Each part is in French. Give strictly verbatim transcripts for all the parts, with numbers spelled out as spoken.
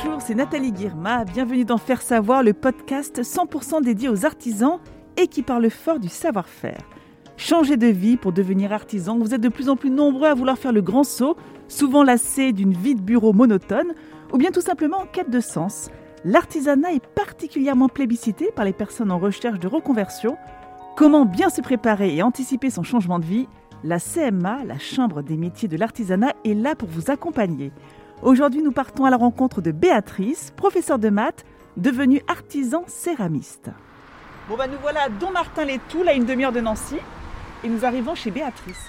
Bonjour, c'est Nathalie Guirma. Bienvenue dans Faire Savoir, le podcast cent pour cent dédié aux artisans et qui parle fort du savoir-faire. Changez de vie pour devenir artisan. Vous êtes de plus en plus nombreux à vouloir faire le grand saut, souvent lassés d'une vie de bureau monotone, ou bien tout simplement en quête de sens. L'artisanat est particulièrement plébiscité par les personnes en recherche de reconversion. Comment bien se préparer et anticiper son changement de vie ? La C M A, la Chambre des métiers de l'artisanat, est là pour vous accompagner. Aujourd'hui, nous partons à la rencontre de Béatrice, professeure de maths, devenue artisan céramiste. Bon bah nous voilà à Dommartin-les-Toules, à une demi-heure de Nancy, et nous arrivons chez Béatrice.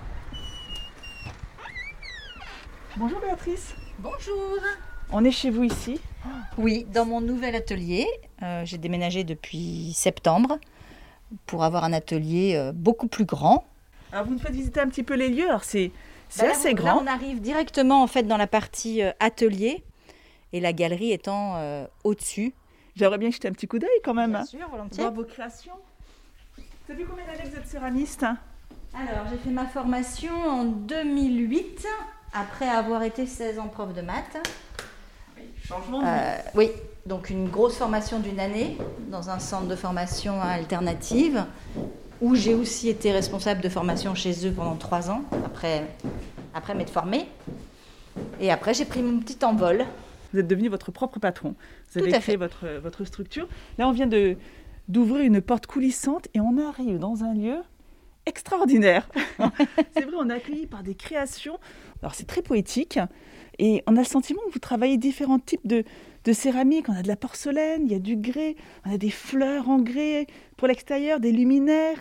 Bonjour Béatrice. Bonjour. On est chez vous ici ? Oui, dans mon nouvel atelier. Euh, j'ai déménagé depuis septembre pour avoir un atelier euh, beaucoup plus grand. Alors vous nous faites visiter un petit peu les lieux, alors c'est, c'est Bah là, assez on, grand. Là, on arrive directement en fait dans la partie euh, atelier et la galerie étant euh, au-dessus. J'aimerais bien jeter un petit coup d'œil quand même. Bien sûr, volontiers. Voir vos créations. Vous avez combien d'années que vous êtes céramiste ? Alors, j'ai fait ma formation en deux mille huit, après avoir été seize ans prof de maths. Oui, changement de vie. Euh, oui, donc une grosse formation d'une année dans un centre de formation alternative où j'ai aussi été responsable de formation chez eux pendant trois ans, après, après m'être formée. Et après, j'ai pris mon petit envol. Vous êtes devenu votre propre patron. Vous avez Tout à créé fait. votre, votre structure. Là, on vient de, d'ouvrir une porte coulissante et on arrive dans un lieu extraordinaire. C'est vrai, on est accueilli par des créations. Alors, c'est très poétique. Et on a le sentiment que vous travaillez différents types de, de céramique. On a de la porcelaine, il y a du grès, on a des fleurs en grès pour l'extérieur, des luminaires.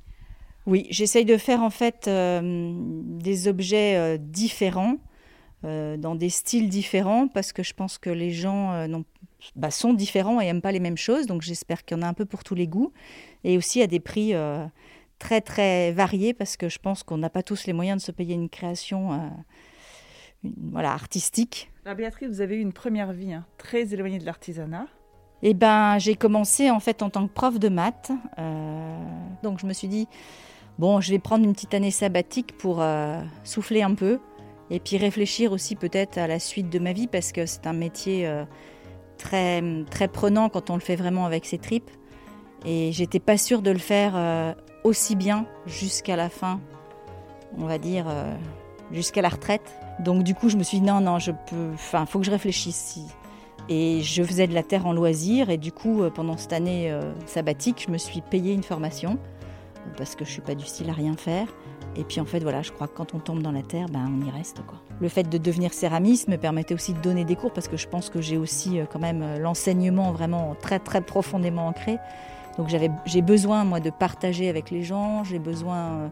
Oui, j'essaye de faire en fait euh, des objets euh, différents, euh, dans des styles différents, parce que je pense que les gens euh, non, bah, sont différents et n'aiment pas les mêmes choses. Donc j'espère qu'il y en a un peu pour tous les goûts. Et aussi à des prix euh, très très variés, parce que je pense qu'on n'a pas tous les moyens de se payer une création euh, une, voilà, artistique. Alors Béatrice, vous avez eu une première vie hein, très éloignée de l'artisanat. Eh ben, j'ai commencé en fait en tant que prof de maths. Euh, donc je me suis dit, bon, je vais prendre une petite année sabbatique pour euh, souffler un peu et puis réfléchir aussi peut-être à la suite de ma vie, parce que c'est un métier euh, très, très prenant quand on le fait vraiment avec ses tripes. Et j'étais pas sûre de le faire euh, aussi bien jusqu'à la fin, on va dire, euh, jusqu'à la retraite. Donc du coup, je me suis dit non, non, je peux, enfin, faut que je réfléchisse. Et je faisais de la terre en loisir et du coup, pendant cette année euh, sabbatique, je me suis payé une formation parce que je suis pas du style à rien faire. Et puis en fait, voilà, je crois que quand on tombe dans la terre, ben, on y reste, quoi. Le fait de devenir céramiste me permettait aussi de donner des cours, parce que je pense que j'ai aussi euh, quand même euh, l'enseignement vraiment très très profondément ancré. Donc j'avais, j'ai besoin, moi, de partager avec les gens, j'ai besoin euh,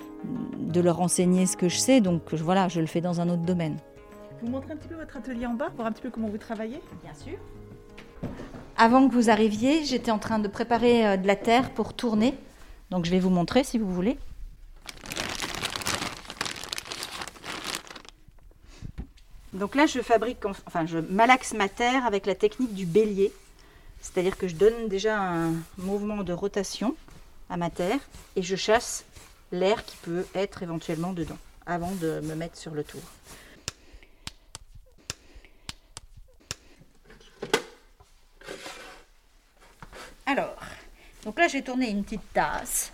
de leur enseigner ce que je sais, donc voilà, je le fais dans un autre domaine. Vous montrez un petit peu votre atelier en bas, voir un petit peu comment vous travaillez ? Bien sûr. Avant que vous arriviez, j'étais en train de préparer euh, de la terre pour tourner. Donc je vais vous montrer si vous voulez. Donc là, je fabrique, enfin, je malaxe ma terre avec la technique du bélier. C'est-à-dire que je donne déjà un mouvement de rotation à ma terre et je chasse l'air qui peut être éventuellement dedans avant de me mettre sur le tour. Alors, donc là, j'ai tourné une petite tasse.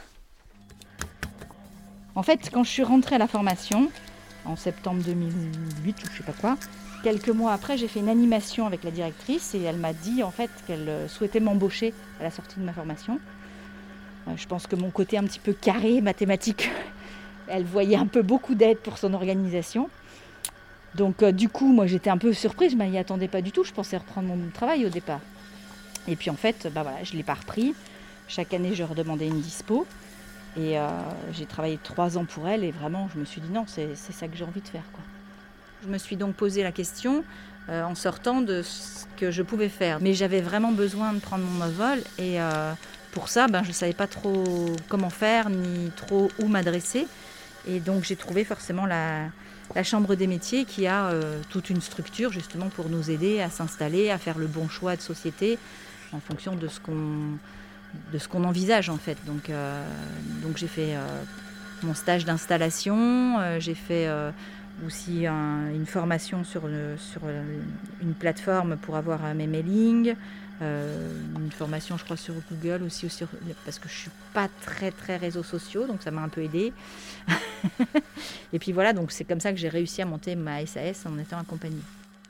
En fait, quand je suis rentrée à la formation, en septembre deux mille huit ou je sais pas quoi, quelques mois après, j'ai fait une animation avec la directrice et elle m'a dit en fait qu'elle souhaitait m'embaucher à la sortie de ma formation. Je pense que mon côté un petit peu carré, mathématique, elle voyait un peu beaucoup d'aide pour son organisation. Donc euh, du coup, moi j'étais un peu surprise, je ne m'y attendais pas du tout, je pensais reprendre mon travail au départ. Et puis en fait, bah voilà, je ne l'ai pas repris. Chaque année, je redemandais une dispo. Et euh, j'ai travaillé trois ans pour elle et vraiment, je me suis dit non, c'est, c'est ça que j'ai envie de faire, quoi. Je me suis donc posé la question euh, en sortant de ce que je pouvais faire. Mais j'avais vraiment besoin de prendre mon envol et euh, pour ça, ben, je ne savais pas trop comment faire ni trop où m'adresser. Et donc j'ai trouvé forcément la, la Chambre des métiers qui a euh, toute une structure justement pour nous aider à s'installer, à faire le bon choix de société en fonction de ce qu'on, de ce qu'on envisage en fait. Donc, euh, donc j'ai fait euh, mon stage d'installation. Euh, j'ai fait euh, aussi un, une formation sur, le, sur le, une plateforme pour avoir euh, mes mailings. Euh, une formation, je crois, sur Google aussi, sur, parce que je ne suis pas très, très réseaux sociaux, donc ça m'a un peu aidée. Et puis voilà, donc c'est comme ça que j'ai réussi à monter ma S A S en étant accompagnée.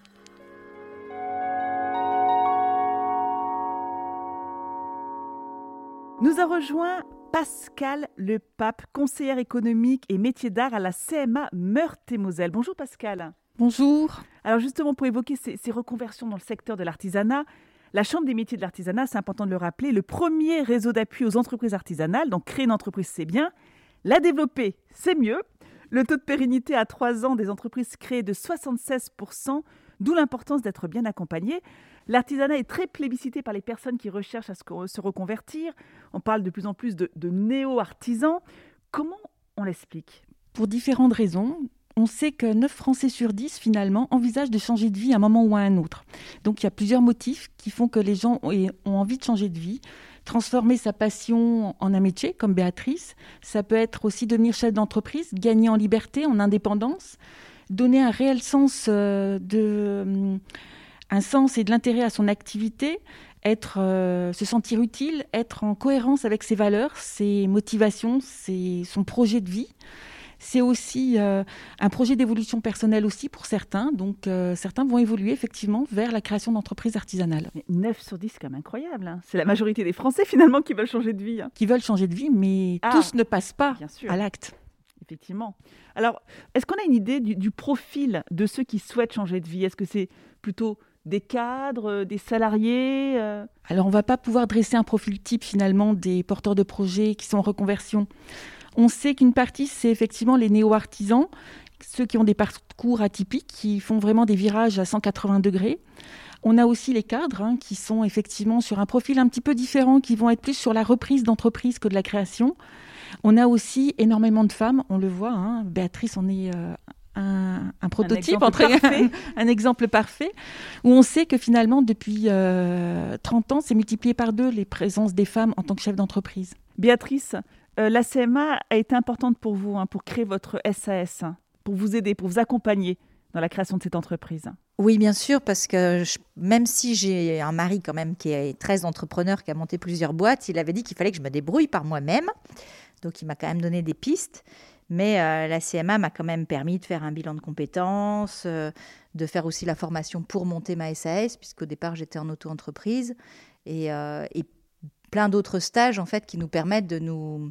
Nous a rejoint Pascale Le Pape, conseillère économique et métier d'art à la C M A Meurthe-et-Moselle. Bonjour Pascale. Bonjour. Alors justement, pour évoquer ces, ces reconversions dans le secteur de l'artisanat, la Chambre des métiers de l'artisanat, c'est important de le rappeler, le premier réseau d'appui aux entreprises artisanales. Donc créer une entreprise, c'est bien. La développer, c'est mieux. Le taux de pérennité à trois ans des entreprises créées est de soixante-seize pour cent, d'où l'importance d'être bien accompagné. L'artisanat est très plébiscité par les personnes qui recherchent à se reconvertir. On parle de plus en plus de, de néo-artisans. Comment on l'explique ? Pour différentes raisons. On sait que neuf Français sur dix, finalement, envisagent de changer de vie à un moment ou à un autre. Donc, il y a plusieurs motifs qui font que les gens ont envie de changer de vie. Transformer sa passion en un métier, comme Béatrice. Ça peut être aussi devenir chef d'entreprise, gagner en liberté, en indépendance, donner un réel sens euh, de... un sens et de l'intérêt à son activité, être, euh, se sentir utile, être en cohérence avec ses valeurs, ses motivations, ses, son projet de vie. C'est aussi euh, un projet d'évolution personnelle aussi pour certains. Donc, euh, certains vont évoluer effectivement vers la création d'entreprises artisanales. Mais neuf sur dix, c'est quand même incroyable. Hein. C'est la majorité des Français finalement qui veulent changer de vie. Hein. Qui veulent changer de vie, mais ah, tous ne passent pas à l'acte. Effectivement. Alors, est-ce qu'on a une idée du, du profil de ceux qui souhaitent changer de vie ? Est-ce que c'est plutôt des cadres, des salariés euh... Alors, on ne va pas pouvoir dresser un profil type finalement des porteurs de projets qui sont en reconversion. On sait qu'une partie, c'est effectivement les néo-artisans, ceux qui ont des parcours atypiques, qui font vraiment des virages à cent quatre-vingts degrés. On a aussi les cadres hein, qui sont effectivement sur un profil un petit peu différent, qui vont être plus sur la reprise d'entreprise que de la création. On a aussi énormément de femmes, on le voit. Hein, Béatrice en est euh, un, un prototype, un exemple, un, un exemple parfait, où on sait que finalement, depuis euh, trente ans, c'est multiplié par deux les présences des femmes en tant que chef d'entreprise. Béatrice, euh, la C M A a été importante pour vous, hein, pour créer votre S A S, hein, pour vous aider, pour vous accompagner dans la création de cette entreprise. Oui, bien sûr, parce que je, même si j'ai un mari quand même qui est très entrepreneur, qui a monté plusieurs boîtes, il avait dit qu'il fallait que je me débrouille par moi-même. Donc, il m'a quand même donné des pistes. Mais euh, la C M A m'a quand même permis de faire un bilan de compétences, euh, de faire aussi la formation pour monter ma S A S, puisqu'au départ, j'étais en auto-entreprise. Et, euh, et plein d'autres stages, en fait, qui nous permettent de nous...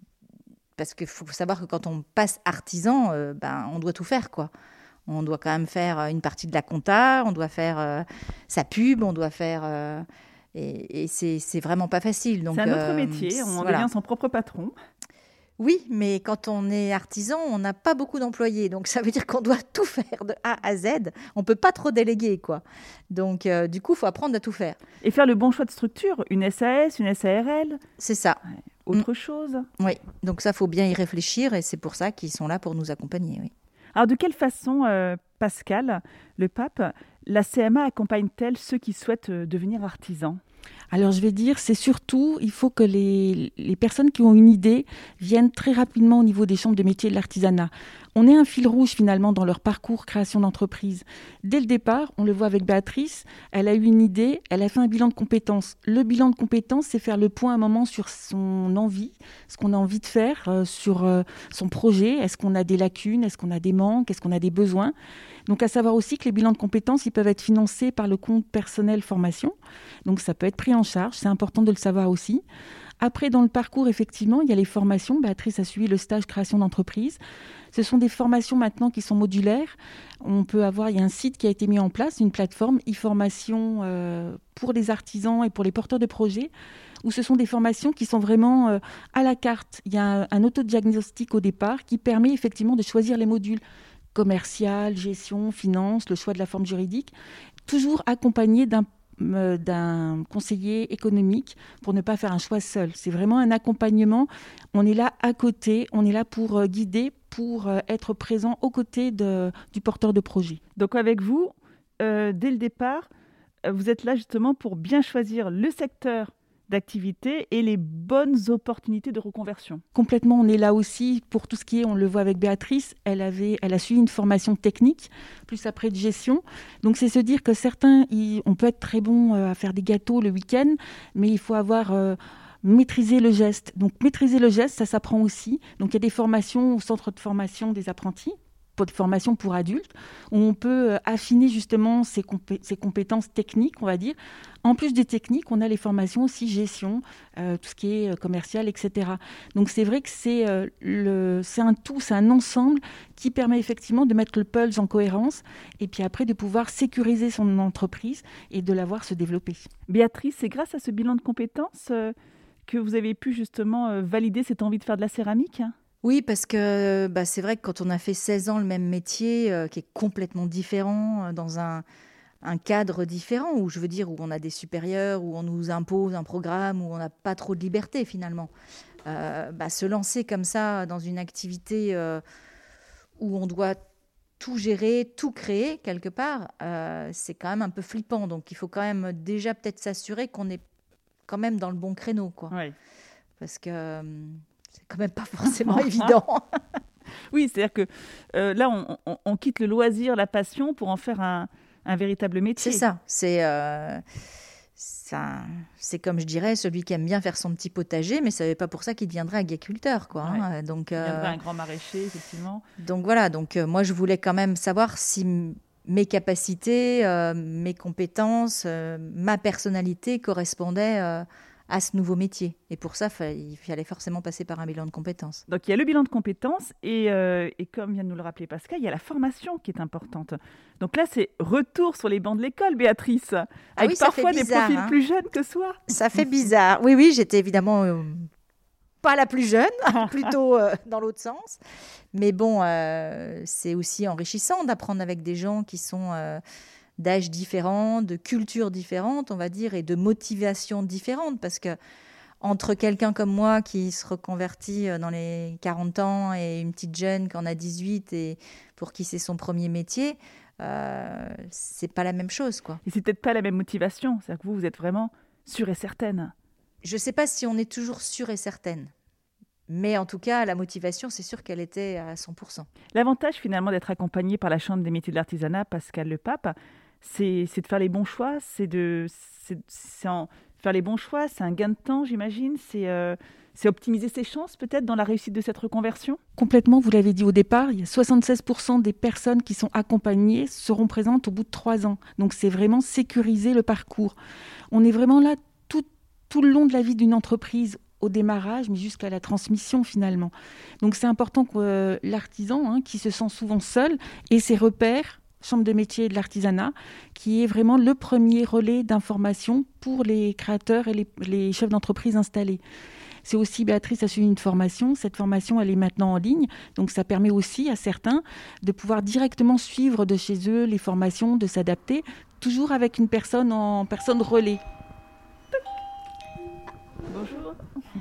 Parce qu'il faut savoir que quand on passe artisan, euh, ben, on doit tout faire, quoi. On doit quand même faire une partie de la compta, on doit faire euh, sa pub, on doit faire... Euh, et et c'est, c'est vraiment pas facile. Donc, c'est un autre euh, métier, on voilà. devient son propre patron. Oui, mais quand on est artisan, on n'a pas beaucoup d'employés. Donc, ça veut dire qu'on doit tout faire de A à Z. On ne peut pas trop déléguer, quoi. Donc, euh, du coup, il faut apprendre à tout faire. Et faire le bon choix de structure, une S A S, une S A R L. C'est ça. Ouais. Autre mmh. chose. Oui, donc ça, il faut bien y réfléchir et c'est pour ça qu'ils sont là pour nous accompagner, oui. Alors, de quelle façon, euh, Pascale, le pape, la C M A accompagne-t-elle ceux qui souhaitent euh, devenir artisans ? Alors, je vais dire, c'est surtout, il faut que les, les personnes qui ont une idée viennent très rapidement au niveau des chambres de métiers de l'artisanat. On est un fil rouge, finalement, dans leur parcours création d'entreprise. Dès le départ, on le voit avec Béatrice, elle a eu une idée, elle a fait un bilan de compétences. Le bilan de compétences, c'est faire le point à un moment sur son envie, ce qu'on a envie de faire, euh, sur euh, son projet. Est-ce qu'on a des lacunes ? Est-ce qu'on a des manques ? Est-ce qu'on a des besoins ? Donc, à savoir aussi que les bilans de compétences, ils peuvent être financés par le compte personnel formation. Donc, ça peut être pris en charge. C'est important de le savoir aussi. Après, dans le parcours, effectivement, il y a les formations. Béatrice a suivi le stage création d'entreprise. Ce sont des formations maintenant qui sont modulaires. On peut avoir, il y a un site qui a été mis en place, une plateforme e-formation euh, pour les artisans et pour les porteurs de projets, où ce sont des formations qui sont vraiment euh, à la carte. Il y a un, un autodiagnostic au départ qui permet effectivement de choisir les modules commercial, gestion, finance, le choix de la forme juridique, toujours accompagné d'un d'un conseiller économique pour ne pas faire un choix seul. C'est vraiment un accompagnement. On est là à côté, on est là pour guider, pour être présent aux côtés de, du porteur de projet. Donc avec vous, euh, dès le départ, vous êtes là justement pour bien choisir le secteur d'activité et les bonnes opportunités de reconversion. Complètement, on est là aussi pour tout ce qui est, on le voit avec Béatrice, elle, avait, elle a suivi une formation technique, plus après de gestion. Donc c'est se dire que certains, ils, on peut être très bon à faire des gâteaux le week-end, mais il faut avoir... Euh, maîtriser le geste. Donc maîtriser le geste, ça s'apprend aussi. Donc il y a des formations au centre de formation des apprentis, pour des formations pour adultes, où on peut affiner justement ses, compé- ses compétences techniques, on va dire. En plus des techniques, on a les formations aussi gestion, euh, tout ce qui est commercial, et cetera. Donc c'est vrai que c'est, euh, le, c'est un tout, c'est un ensemble qui permet effectivement de mettre le pulse en cohérence et puis après de pouvoir sécuriser son entreprise et de la voir se développer. Béatrice, c'est grâce à ce bilan de compétences euh, que vous avez pu justement euh, valider cette envie de faire de la céramique ? Oui, parce que bah, c'est vrai que quand on a fait seize ans le même métier, euh, qui est complètement différent, euh, dans un, un cadre différent, où je veux dire, où on a des supérieurs, où on nous impose un programme, où on n'a pas trop de liberté finalement. Euh, bah, se lancer comme ça dans une activité euh, où on doit tout gérer, tout créer quelque part, euh, c'est quand même un peu flippant. Donc il faut quand même déjà peut-être s'assurer qu'on est quand même dans le bon créneau, quoi. Oui. Parce que... Euh, c'est quand même pas forcément évident. Oui, c'est-à-dire que euh, là, on, on, on quitte le loisir, la passion pour en faire un, un véritable métier. C'est ça. C'est, euh, ça. C'est comme je dirais, celui qui aime bien faire son petit potager, mais ça n'est pas pour ça qu'il deviendrait agriculteur, quoi. Ouais. Hein. Donc, il deviendrait euh, un grand maraîcher, effectivement. Donc voilà. Donc euh, moi, je voulais quand même savoir si m- mes capacités, euh, mes compétences, euh, ma personnalité correspondaient euh, à ce nouveau métier. Et pour ça, il fallait forcément passer par un bilan de compétences. Donc, il y a le bilan de compétences et, euh, et comme vient de nous le rappeler Pascal, il y a la formation qui est importante. Donc là, c'est retour sur les bancs de l'école, Béatrice, avec ah oui, parfois bizarre, des profils hein. plus jeunes que soi. Ça fait bizarre. Oui, oui, j'étais évidemment euh, pas la plus jeune, plutôt euh, dans l'autre sens. Mais bon, euh, c'est aussi enrichissant d'apprendre avec des gens qui sont... Euh, d'âges différents, de cultures différentes, on va dire, et de motivations différentes, parce que entre quelqu'un comme moi qui se reconvertit dans les quarante ans et une petite jeune qui en a dix-huit et pour qui c'est son premier métier, euh, c'est pas la même chose, quoi. Et c'est peut-être pas la même motivation, c'est-à-dire que vous, vous êtes vraiment sûre et certaine. Je sais pas si on est toujours sûre et certaine. Mais en tout cas, la motivation, c'est sûr qu'elle était à cent pour cent. L'avantage finalement d'être accompagné par la Chambre des métiers de l'artisanat, Pascal Lepape, c'est, c'est de faire les bons choix, c'est de c'est, c'est en, faire les bons choix, c'est un gain de temps, j'imagine, c'est, euh, c'est optimiser ses chances peut-être dans la réussite de cette reconversion. Complètement, vous l'avez dit au départ, il y a soixante-seize pour cent des personnes qui sont accompagnées seront présentes au bout de trois ans. Donc c'est vraiment sécuriser le parcours. On est vraiment là tout, tout le long de la vie d'une entreprise, au démarrage, mais jusqu'à la transmission finalement. Donc c'est important que euh, l'artisan, hein, qui se sent souvent seul, ait ses repères, Chambre de métier de l'artisanat, qui est vraiment le premier relais d'information pour les créateurs et les, les chefs d'entreprise installés. C'est aussi, Béatrice a suivi une formation. Cette formation, elle est maintenant en ligne. Donc, ça permet aussi à certains de pouvoir directement suivre de chez eux les formations, de s'adapter, toujours avec une personne en personne relais. Bonjour.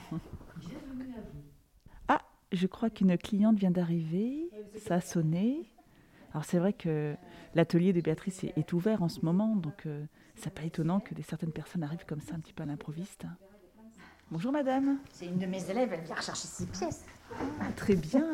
Ah, je crois qu'une cliente vient d'arriver. Ça a sonné. Alors c'est vrai que l'atelier de Béatrice est, est ouvert en ce moment, donc euh, c'est pas étonnant que des certaines personnes arrivent comme ça un petit peu à l'improviste. Bonjour madame. C'est une de mes élèves, elle vient rechercher ses pièces. Ah, très bien.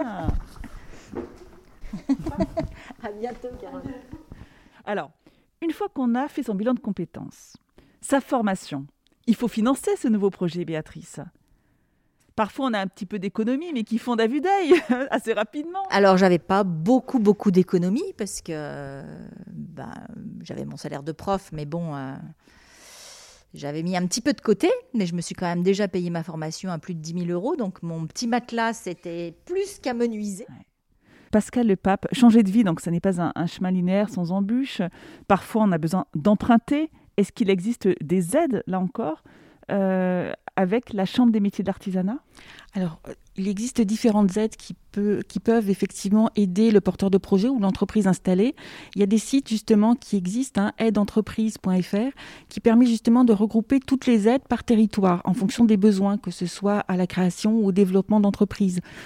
À bientôt, Caroline. Alors, une fois qu'on a fait son bilan de compétences, sa formation, il faut financer ce nouveau projet, Béatrice. Parfois, on a un petit peu d'économies, mais qui fondent à vue d'œil assez rapidement. Alors, j'avais pas beaucoup, beaucoup d'économies parce que ben, j'avais mon salaire de prof, mais bon, euh, j'avais mis un petit peu de côté, mais je me suis quand même déjà payé ma formation à plus de dix mille euros, donc mon petit matelas, c'était plus qu'amenuisé. Ouais. Pascal Lepape, changer de vie, donc ce n'est pas un, un chemin linéaire sans embûches. Parfois, on a besoin d'emprunter. Est-ce qu'il existe des aides, là encore, euh, avec la Chambre des métiers de l'artisanat ? Alors, il existe différentes aides qui, peut, qui peuvent effectivement aider le porteur de projet ou l'entreprise installée. Il y a des sites justement qui existent, hein, aide entreprise point f r, qui permet justement de regrouper toutes les aides par territoire en fonction des besoins, que ce soit à la création ou au développement d'entreprise.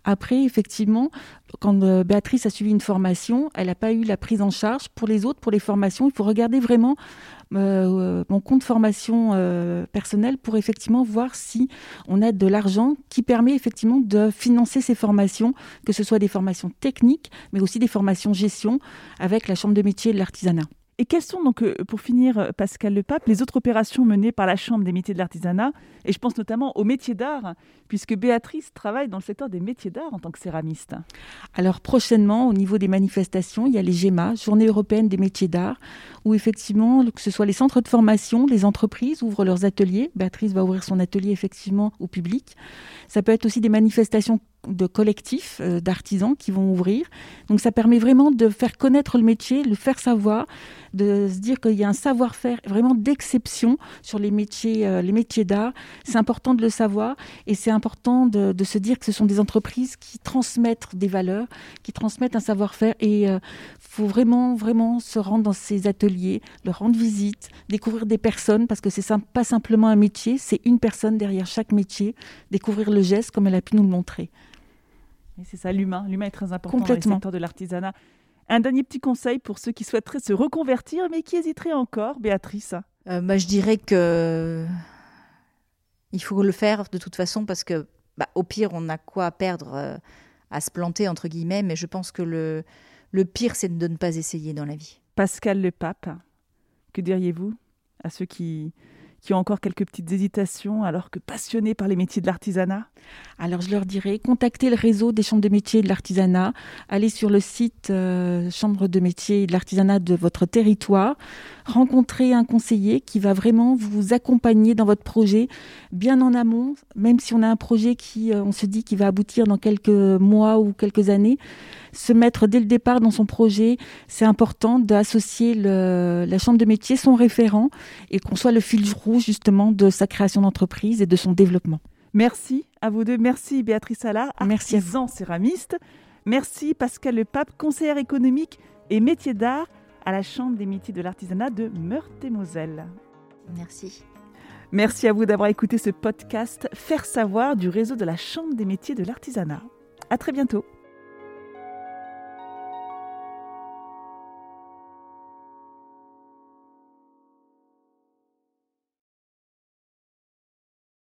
Après, effectivement, quand euh, Béatrice a suivi une formation, elle n'a pas eu la prise en charge. Pour les autres, pour les formations, il faut regarder vraiment euh, mon compte formation euh, personnel pour effectivement voir si on a de l'argent qui permet effectivement de financer ces formations, que ce soit des formations techniques, mais aussi des formations gestion avec la Chambre de métier et de l'artisanat. Et quelles sont donc, euh, pour finir, Pascal Lepape, les autres opérations menées par la Chambre des métiers de l'artisanat? Et je pense notamment aux métiers d'art, puisque Béatrice travaille dans le secteur des métiers d'art en tant que céramiste. Alors prochainement, au niveau des manifestations, il y a les GEMA, Journée européenne des métiers d'art, où effectivement, que ce soit les centres de formation, les entreprises ouvrent leurs ateliers. Béatrice va ouvrir son atelier effectivement au public. Ça peut être aussi des manifestations de collectifs euh, d'artisans qui vont ouvrir. Donc ça permet vraiment de faire connaître le métier, le faire savoir, de se dire qu'il y a un savoir-faire vraiment d'exception sur les métiers, euh, les métiers d'art. C'est important de le savoir et c'est important de, de se dire que ce sont des entreprises qui transmettent des valeurs, qui transmettent un savoir-faire et il euh, faut vraiment, vraiment se rendre dans ces ateliers, leur rendre visite, découvrir des personnes parce que c'est sim- pas simplement un métier, c'est une personne derrière chaque métier, découvrir le geste comme elle a pu nous le montrer. Et c'est ça, l'humain. L'humain est très important dans le secteur de l'artisanat. Un dernier petit conseil pour ceux qui souhaiteraient se reconvertir, mais qui hésiteraient encore, Béatrice? Euh, bah, je dirais que il faut le faire de toute façon parce que, bah, au pire, on n'a quoi à perdre euh, à se planter, entre guillemets, mais je pense que le, le pire, c'est de ne pas essayer dans la vie. Pascal Lepape, que diriez-vous à ceux qui... qui ont encore quelques petites hésitations alors que passionnés par les métiers de l'artisanat? Alors je leur dirais, contactez le réseau des chambres de métiers et de l'artisanat, allez sur le site euh, chambre de métiers et de l'artisanat de votre territoire, rencontrez un conseiller qui va vraiment vous accompagner dans votre projet bien en amont, même si on a un projet qui, euh, on se dit, qui va aboutir dans quelques mois ou quelques années. Se mettre dès le départ dans son projet, c'est important d'associer le, la chambre de métier, son référent, et qu'on soit le fil rouge justement de sa création d'entreprise et de son développement. Merci à vous deux. Merci Béatrice Allard, Merci artisan céramiste. Merci Pascal Lepape, conseillère économique et métier d'art à la Chambre des métiers de l'artisanat de Meurthe-et-Moselle. Merci. Merci à vous d'avoir écouté ce podcast Faire savoir du réseau de la Chambre des métiers de l'artisanat. À très bientôt.